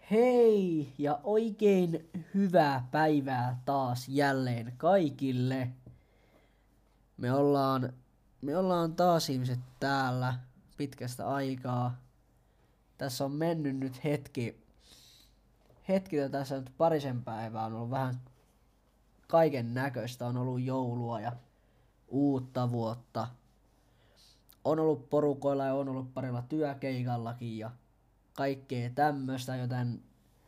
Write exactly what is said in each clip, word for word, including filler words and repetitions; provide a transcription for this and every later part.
Hei ja oikein hyvää päivää taas jälleen kaikille. Me ollaan, me ollaan taas ihmiset täällä pitkästä aikaa. Tässä on mennyt nyt hetki. Hetki tässä nyt parisen päivää on ollut vähän kaiken näköistä. On ollut joulua ja uutta vuotta. On ollut porukoilla ja on ollut parilla työkeikallakin ja kaikkea tämmöstä, joten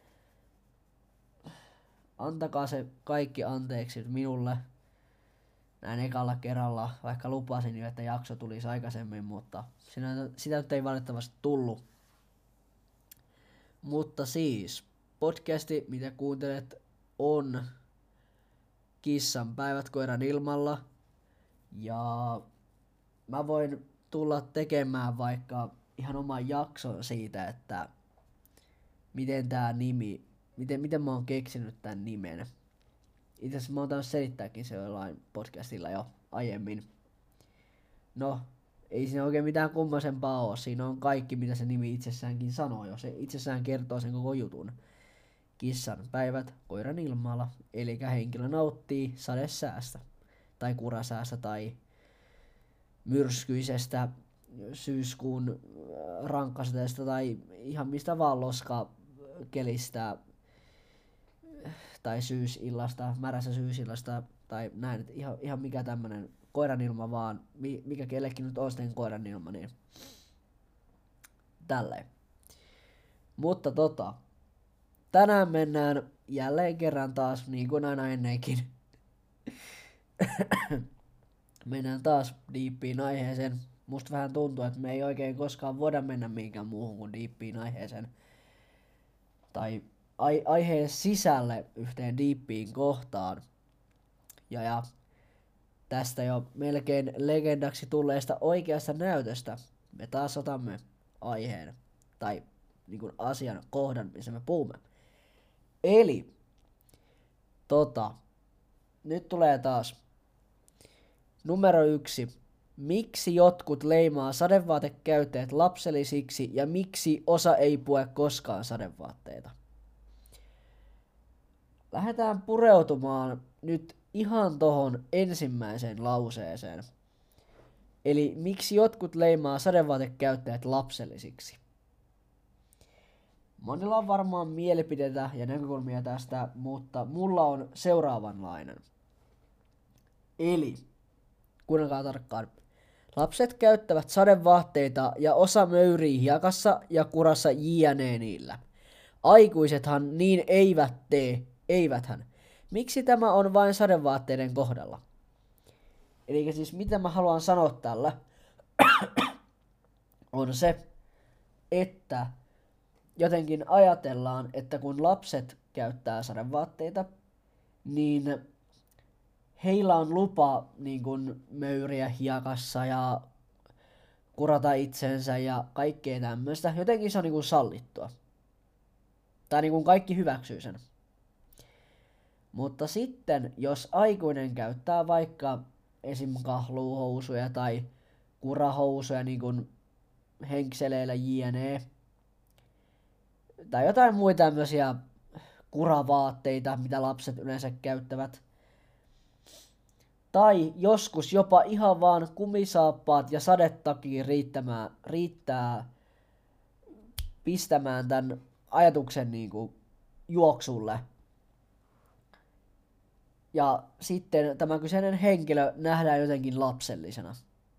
antakaa se kaikki anteeksi minulle näin ekalla kerralla, vaikka lupasin jo, että jakso tulisi aikaisemmin, mutta sinä, sitä nyt ei valitettavasti tullut. Mutta siis, podcasti, mitä kuuntelet, on Kissan päivät koiran ilmalla. Ja mä voin tulla tekemään vaikka ihan oman jakson siitä, että miten tää nimi, miten, miten mä oon keksinyt tän nimen. Itse asiassa mä oon tainnut selittääkin se jollain podcastilla jo aiemmin. No, ei siinä oikein mitään kummasempaa oo. Siinä on kaikki, mitä se nimi itsessäänkin sanoo jo. Se itsessään kertoo sen koko jutun. Kissan päivät koiran ilmalla. Eli henkilö nauttii sadesäästä. Tai kurasäästä tai myrskyisestä syyskuun rankkasateesta tai ihan mistä vaan loskakelistä tai syysillasta, märässä syysillasta tai näin, ihan, ihan mikä tämmönen koiran ilma vaan, mikä kellekin nyt on sitten koiran ilma, niin tälleen. Mutta tota, tänään mennään jälleen kerran taas, niin kuin aina ennenkin, mennään taas diippiin aiheeseen. Musta vähän tuntuu, että me ei oikein koskaan voida mennä mihinkään muuhun kuin diippiin aiheeseen. Tai ai- aiheen sisälle yhteen diippiin kohtaan. Ja, ja tästä jo melkein legendaksi tulleesta oikeasta näytöstä me taas otamme aiheen tai niin kuin asian kohdan, missä me puhumme. Eli tota, nyt tulee taas numero yksi. Miksi jotkut leimaa sadevaatekäyttäjät lapsellisiksi ja miksi osa ei pue koskaan sadevaatteita? Lähdetään pureutumaan nyt ihan tohon ensimmäiseen lauseeseen. Eli miksi jotkut leimaa sadevaatekäyttäjät lapsellisiksi? Monilla on varmaan mielipiteitä ja näkökulmia tästä, mutta mulla on seuraavanlainen. Eli, kuunnelkaa tarkkaan. Lapset käyttävät sadevaatteita ja osa möyrii hiekassa ja kurassa jne niillä. Aikuisethan niin eivät tee, eiväthän. Miksi tämä on vain sadevaatteiden kohdalla? Eli siis mitä mä haluan sanoa tällä on se, että jotenkin ajatellaan, että kun lapset käyttää sadevaatteita, niin heillä on lupa niin kuin möyriä hiekassa ja kurata itsensä ja kaikkea tämmöistä. Jotenkin se on niin kuin sallittua. Tai niin kuin kaikki hyväksyy sen. Mutta sitten, jos aikuinen käyttää vaikka esim. Kahluuhousuja tai kurahousuja niin kuin henkseleillä jne. Tai jotain muita tämmöisiä kuravaatteita, mitä lapset yleensä käyttävät. Tai joskus jopa ihan vaan kumisaappaat ja sadetakin riittämään, riittää pistämään tämän ajatuksen niinku juoksulle. Ja sitten tämä kyseinen henkilö nähdään jotenkin lapsellisena.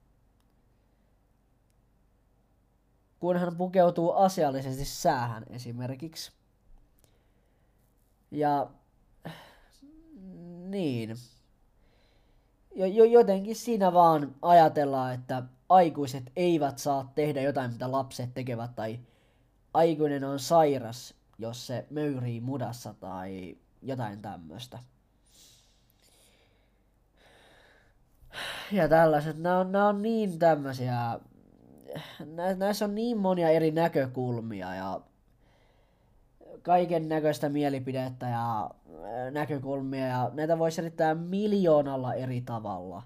Kun hän pukeutuu asiallisesti säähän esimerkiksi. Ja niin. Jo, jotenkin siinä vaan ajatellaan, että aikuiset eivät saa tehdä jotain, mitä lapset tekevät, tai aikuinen on sairas, jos se möyrii mudassa tai jotain tämmöistä. Ja tällaiset, nämä on, nämä on niin tämmöisiä, näissä on niin monia eri näkökulmia ja kaiken näköistä mielipidettä ja näkökulmia ja näitä voi selittää miljoonalla eri tavalla.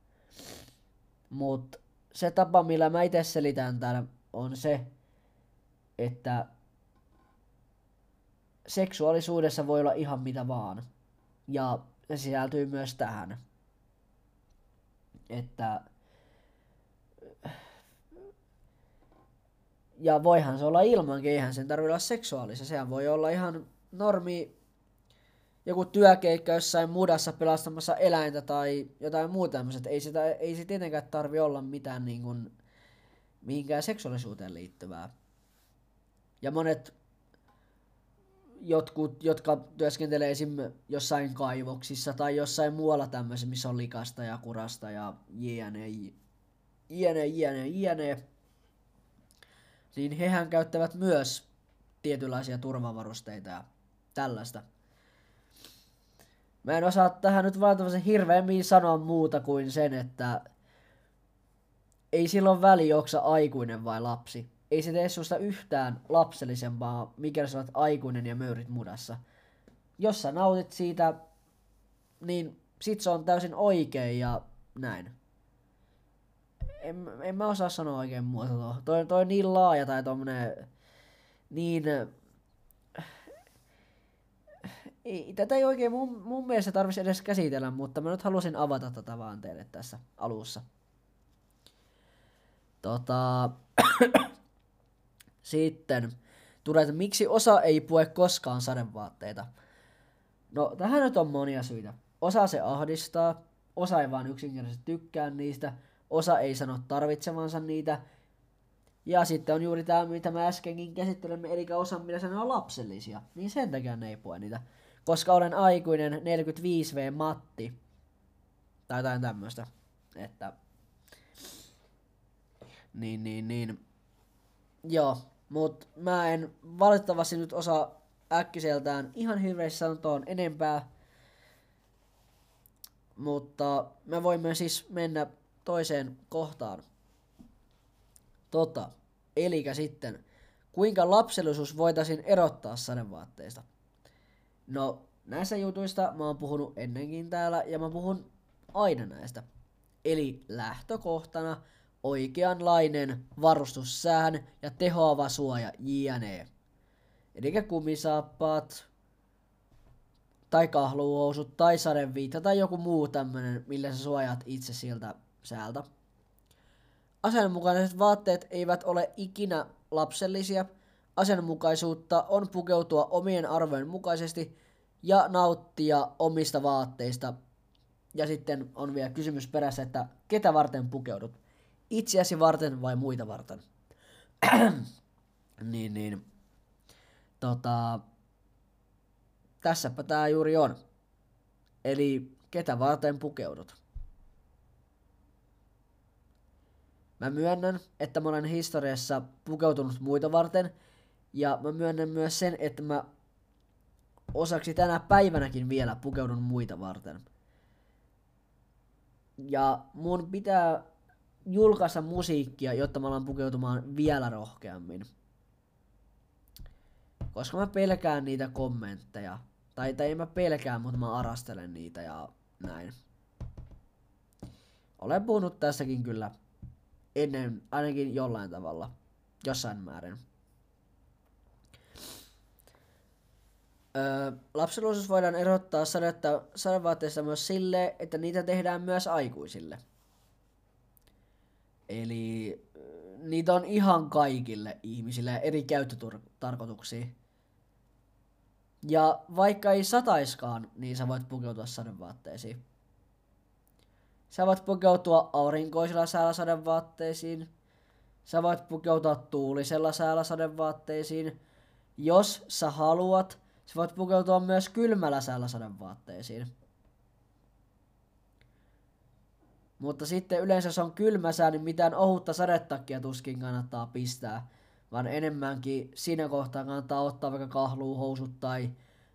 Mut se tapa, millä mä itse selitän tän, on se, että seksuaalisuudessa voi olla ihan mitä vaan. Ja se sisältyy myös tähän. Että ja voihan se olla ilmankin, eihän sen tarvitse olla seksuaalista. Sehän voi olla ihan normi joku työkeikka jossain mudassa pelastamassa eläintä tai jotain muuta tämmöiset. Ei sitä ei se tietenkään tarvi olla mitään niin kuin mihinkään seksuaalisuuteen liittyvää. Ja monet jotkut, jotka työskentelee esim. Jossain kaivoksissa tai jossain muualla tämmöisessä, missä on likasta ja kurasta ja jne, jne, jne, jne, niin hehän käyttävät myös tietynlaisia turvavarusteita ja tällaista. Mä en osaa tähän nyt valtavasti hirveämmin sanoa muuta kuin sen, että ei silloin väliä, onko sä aikuinen vai lapsi. Ei se tee susta yhtään lapsellisempaa, mikäli sä olet aikuinen ja möyrit mudassa. Jos sä nautit siitä, niin sit se on täysin oikein ja näin. En, en mä osaa sanoa oikein muuta tuohon. Toi, toi niin laaja tai tommonen niin... Ei, tätä ei oikein mun, mun mielestä tarvitsisi edes käsitellä, mutta mä nyt halusin avata tätä vaan teille tässä alussa. Tota... Sitten tulee, että miksi osa ei pue koskaan sadevaatteita. No tähän nyt on monia syitä. Osa se ahdistaa, osa ei vaan yksinkertaisesti tykkää niistä, osa ei sano tarvitsevansa niitä. Ja sitten on juuri tämä, mitä mä äskenkin käsittelemme, eli osa, millä ne on lapsellisia. Niin sen takia ne ei pue niitä. Koska olen aikuinen neljäkymmentäviisi vuotias Matti. Tai jotain tämmöstä. Että... Niin, niin, niin. Joo, mut mä en valitettavasti nyt osaa äkkiseltään ihan hirveästi sanoa enempää. Mutta me voimme siis mennä toiseen kohtaan. Tota, elikä sitten, kuinka lapsellisuus voitaisiin erottaa sadevaatteista? No, näistä jutuista mä oon puhunut ennenkin täällä ja mä puhun aina näistä. Eli lähtökohtana oikeanlainen varustussään ja tehoava suoja jne. Eli kumisaappaat, tai kahluhousut, tai sadeviitta, tai joku muu tämmönen, millä sä suojaat itse siltä säältä. Asianmukaiset vaatteet eivät ole ikinä lapsellisia. Asianmukaisuutta on pukeutua omien arvojen mukaisesti ja nauttia omista vaatteista. Ja sitten on vielä kysymys perässä, että ketä varten pukeudut? Itseäsi varten vai muita varten? niin, niin. Tota, tässäpä tää juuri on. Eli ketä varten pukeudut? Mä myönnän, että mä olen historiassa pukeutunut muita varten. Ja mä myönnän myös sen, että mä osaksi tänä päivänäkin vielä pukeudun muita varten. Ja mun pitää julkaista musiikkia, jotta mä alan pukeutumaan vielä rohkeammin. Koska mä pelkään niitä kommentteja. Tai, tai en mä pelkää, mutta mä arastelen niitä ja näin. Olen puhunut tässäkin kyllä ennen, ainakin jollain tavalla. Jossain määrin. Öö, lapsellisuus voidaan erottaa sadetta, sadevaatteista myös silleen, että niitä tehdään myös aikuisille. Eli niitä on ihan kaikille ihmisille ja eri käyttötarkoituksia. Ja vaikka ei sataiskaan, niin sä voit pukeutua sadevaatteisiin. Sä voit pukeutua aurinkoisella säällä sadevaatteisiin. Sä voit pukeutua tuulisella säällä sadevaatteisiin. Jos sä haluat, sä voit pukeutua myös kylmällä säällä sadevaatteisiin. Mutta sitten yleensä jos on kylmä sää, niin mitään ohutta sadetakkia tuskin kannattaa pistää. Vaan enemmänkin siinä kohtaa kannattaa ottaa vaikka kahluuhousut tai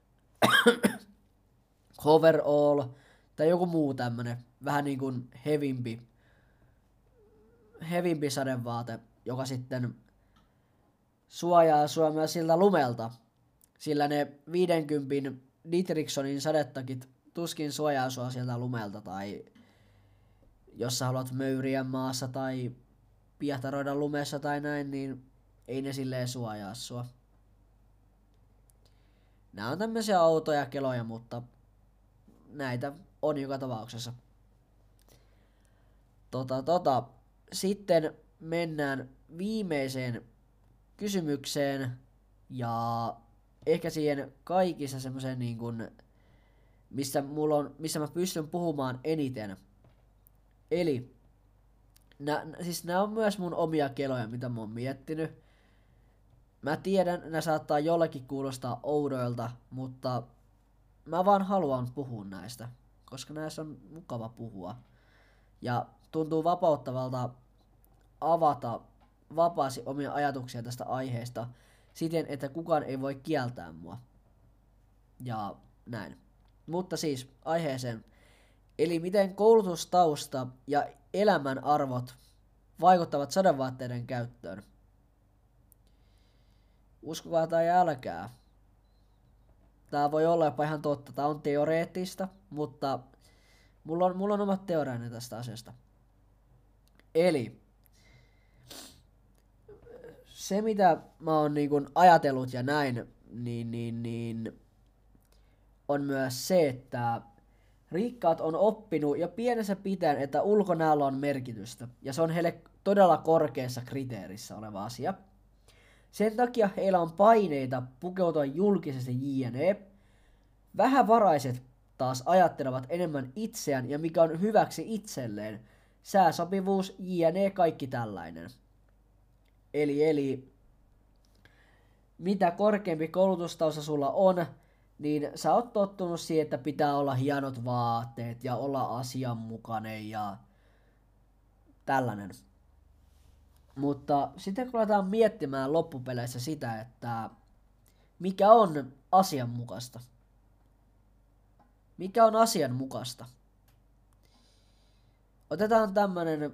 overall tai joku muu tämmönen vähän niin kuin hevimpi, hevimpi sadevaate, joka sitten suojaa sua myös siltä lumelta. Sillä ne viidenkymmenen Dietrichsonin sadetakit tuskin suojaa sua sieltä lumelta tai jos sä haluat möyriä maassa tai piehtaroida lumessa tai näin, niin ei ne silleen suojaa sua. Nämä on tämmöisiä outoja keloja, mutta näitä on joka tapauksessa. Tota, tota. Sitten mennään viimeiseen kysymykseen ja ehkä siihen kaikissa semmoisen niin kuin, missä, mulla on, missä mä pystyn puhumaan eniten. Eli nää, siis nämä on myös mun omia keloja, mitä mä oon miettinyt. Mä tiedän, nämä saattaa jollakin kuulostaa oudoilta, mutta mä vaan haluan puhua näistä, koska näissä on mukava puhua. Ja tuntuu vapauttavalta avata vapaasti omia ajatuksia tästä aiheesta siten, että kukaan ei voi kieltää mua. Ja näin. Mutta siis aiheeseen. Eli miten koulutustausta ja elämän arvot vaikuttavat sadevaatteiden käyttöön. Uskokaa tai älkää. Tää voi olla jopa ihan totta. Tää on teoreettista, mutta mulla on, mulla on omat teoriani tästä asiasta. Eli se mitä mä oon niin kun ajatellut ja näin, niin, niin, niin on myös se, että rikkaat on oppinut jo pienessä pitäen, että ulkonäöllä on merkitystä. Ja se on heille todella korkeassa kriteerissä oleva asia. Sen takia heillä on paineita pukeutua julkisesti jne. Vähävaraiset taas ajattelevat enemmän itseään ja mikä on hyväksi itselleen. Sääsopivuus jne. Kaikki tällainen. Eli, eli mitä korkeampi koulutustausta sulla on, niin sä oot tottunut siihen, että pitää olla hienot vaatteet ja olla asianmukainen ja tällainen. Mutta sitten kun aletaan miettimään loppupeleissä sitä, että mikä on asianmukaista. Mikä on asianmukaista? Otetaan tämmönen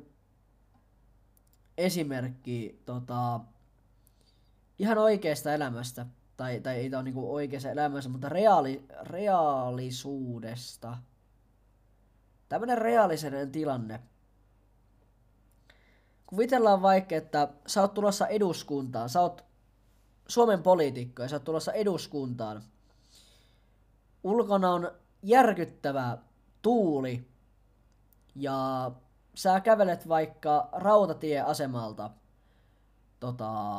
esimerkki tota, ihan oikeasta elämästä. Tai, tai ei tää ole niinku oikeassa elämässä, mutta reaali, reaalisuudesta. Tämmönen reaalinen tilanne. Kuvitellaan vaikka, että sä oot tulossa eduskuntaan, sä oot Suomen poliitikko ja sä oot tulossa eduskuntaan. Ulkona on järkyttävä tuuli ja sä kävelet vaikka rautatieasemalta tota,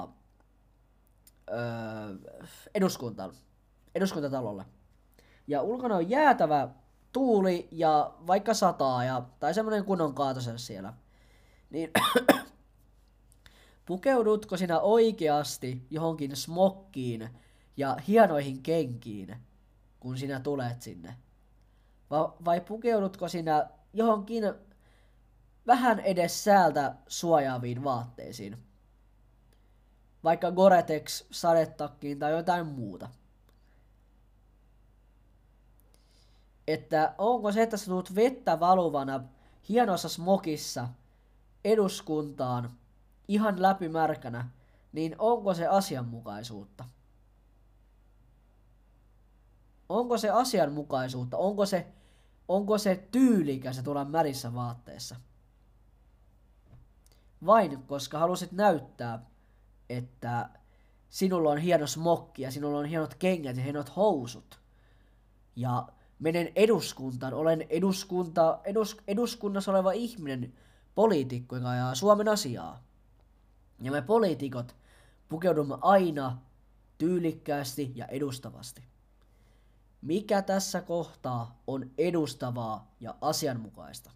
öö, eduskuntaan, eduskuntatalolle. Ja ulkona on jäätävä tuuli ja vaikka sataa ja, tai semmonen kunnon kaatoselle siellä. Niin pukeudutko sinä oikeasti johonkin smokkiin ja hienoihin kenkiin, kun sinä tulet sinne? Va- vai pukeudutko sinä johonkin vähän edes säältä suojaaviin vaatteisiin? Vaikka Gore-Tex sadetakkiin tai jotain muuta. Että onko se, että sä tulet vettä valuvana hienossa smokissa eduskuntaan ihan läpimärkänä, niin onko se asianmukaisuutta? Onko se asianmukaisuutta? Onko se, onko se tyylikäs tulla märissä vaatteessa? Vain koska halusit näyttää, että sinulla on hieno smokki ja sinulla on hienot kengät ja hienot housut. Ja menen eduskuntaan, olen eduskunta, edus, eduskunnassa oleva ihminen, poliitikko, joka ajaa Suomen asiaa. Ja me poliitikot pukeudumme aina tyylikkäästi ja edustavasti. Mikä tässä kohtaa on edustavaa ja asianmukaista?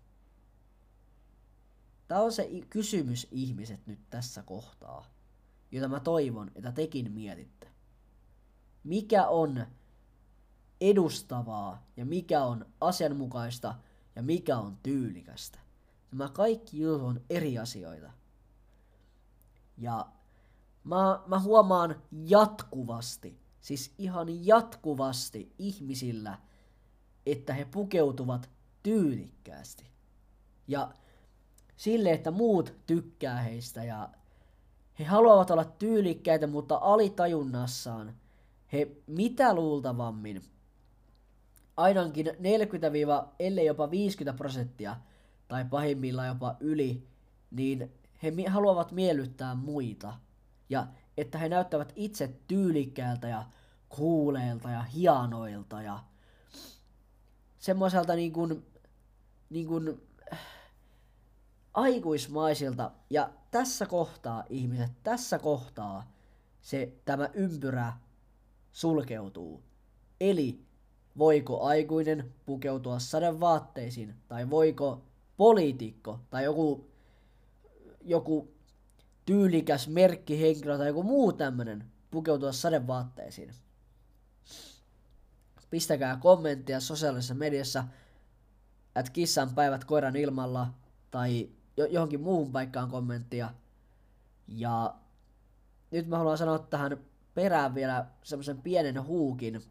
Tämä on se kysymys ihmiset nyt tässä kohtaa, jota mä toivon, että tekin mietitte. Mikä on edustavaa ja mikä on asianmukaista ja mikä on tyylikästä? Nämä kaikki jutut on eri asioita. Ja mä, mä huomaan jatkuvasti, siis ihan jatkuvasti ihmisillä, että he pukeutuvat tyylikkäästi. Ja sille, että muut tykkää heistä ja he haluavat olla tyylikkäitä, mutta alitajunnassaan he mitä luultavammin, ainakin neljäkymmentä ellei jopa viisikymmentä prosenttia tai pahimmillaan jopa yli, niin he haluavat miellyttää muita. Ja että he näyttävät itse tyylikkäältä ja kuuleilta ja hienoilta ja semmoiselta niin kuin, niin kuin aikuismaisilta. Ja tässä kohtaa, ihmiset, tässä kohtaa se tämä ympyrä sulkeutuu. Eli voiko aikuinen pukeutua sadevaatteisiin, tai voiko poliitikko tai joku, joku tyylikäs merkkihenkilö tai joku muu tämmönen pukeutua sadevaatteisiin. Pistäkää kommenttia sosiaalisessa mediassa, että kissan päivät koiran ilmalla tai johonkin muuhun paikkaan kommenttia. Ja nyt mä haluan sanoa tähän perään vielä semmoisen pienen huukin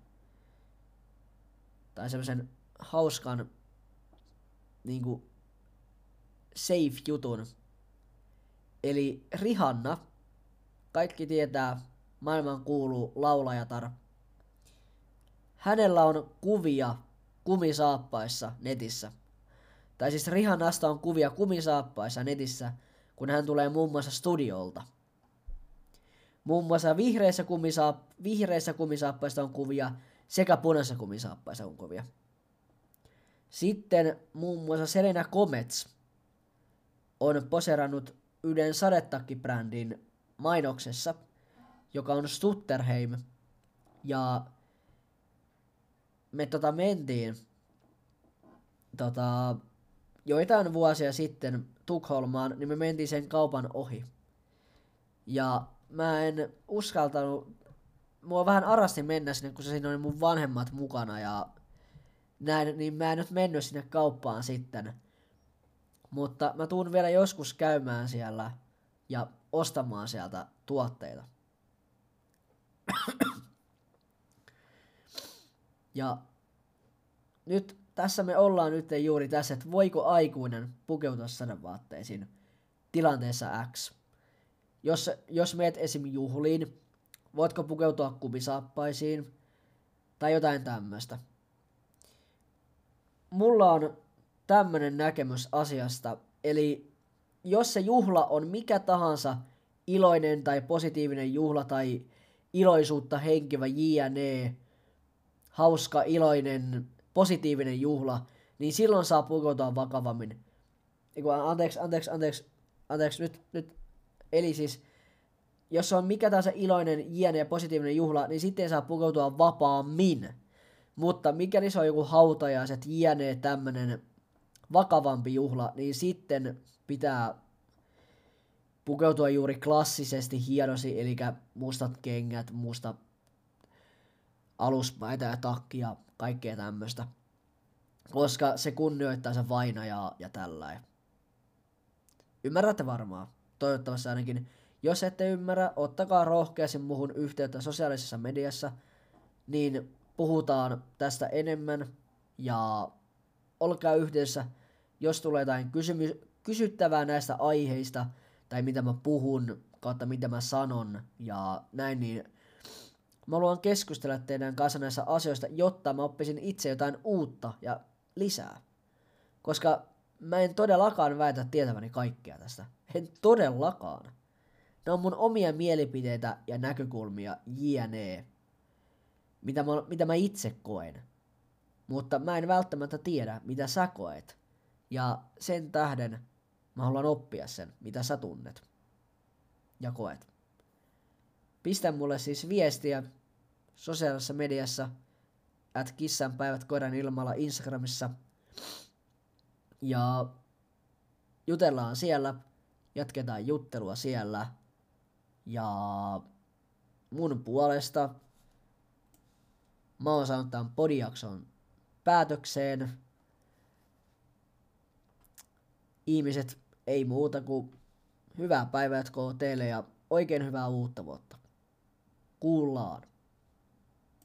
tai semmoisen hauskan niinku safe jutun. Eli Rihanna, kaikki tietää, maailman kuuluu laulajatar. Hänellä on kuvia kumisaappaissa netissä. Tai siis Rihannasta on kuvia kumisaappaissa netissä, kun hän tulee muun muassa studiolta. Muun muassa vihreissä, kumisaap- vihreissä kumisaappaissa on kuvia sekä punaisissa kumisaappaissa on kuvia. Sitten muun muassa Selena Gomez on poserannut yhden sadetakkibrändin mainoksessa, joka on Stutterheim. Ja me tota mentiin tota, joitain vuosia sitten Tukholmaan, niin me mentiin sen kaupan ohi. Ja mä en uskaltanut, mua vähän arasti mennä sinne, kun se siinä oli mun vanhemmat mukana ja näin, niin mä en nyt mennyt sinne kauppaan sitten. Mutta mä tuun vielä joskus käymään siellä ja ostamaan sieltä tuotteita. Ja nyt tässä me ollaan nyt juuri tässä, että voiko aikuinen pukeutua sadevaatteisiin tilanteessa X. Jos, jos meet esim. Juhliin, voitko pukeutua kumisaappaisiin tai jotain tämmöistä. Mulla on tämmönen näkemys asiasta, eli jos se juhla on mikä tahansa iloinen tai positiivinen juhla tai iloisuutta henkivä jne, hauska, iloinen, positiivinen juhla, niin silloin saa pukeutua vakavammin. Eiku, anteeksi, anteeksi, anteeksi, anteeksi, nyt, nyt, eli siis, jos se on mikä tahansa iloinen, jne ja positiivinen juhla, niin sitten saa pukeutua vapaammin. Mutta mikäli se on joku hautajaiset, jne tämmönen vakavampi juhla, niin sitten pitää pukeutua juuri klassisesti hienosti, eli mustat kengät, musta aluspaita ja takki ja kaikkea tämmöstä. Koska se kunnioittaa se vainajaa ja tällainen. Ymmärrätte varmaan. Toivottavasti ainakin. Jos ette ymmärrä, ottakaa rohkeasti muhun yhteyttä sosiaalisessa mediassa, niin puhutaan tästä enemmän ja olkaa yhteydessä, jos tulee jotain kysymy- kysyttävää näistä aiheista tai mitä mä puhun kautta mitä mä sanon ja näin, niin mä haluan keskustella teidän kanssa näistä asioista, jotta mä oppisin itse jotain uutta ja lisää. Koska mä en todellakaan väitä tietäväni kaikkea tästä. En todellakaan. Ne on mun omia mielipiteitä ja näkökulmia, jne. Mitä mä, mitä mä itse koen. Mutta mä en välttämättä tiedä, mitä sä koet. Ja sen tähden mä haluan oppia sen, mitä sä tunnet ja koet. Pistä mulle siis viestiä sosiaalisessa mediassa at kissanpäivät koiran ilmalla Instagramissa. Ja jutellaan siellä, jatketaan juttelua siellä. Ja mun puolesta mä oon saanut tämän podijakson päätökseen. Ihmiset, ei muuta kuin hyvää päivää jatkoa teille ja oikein hyvää uutta vuotta. Kuullaan.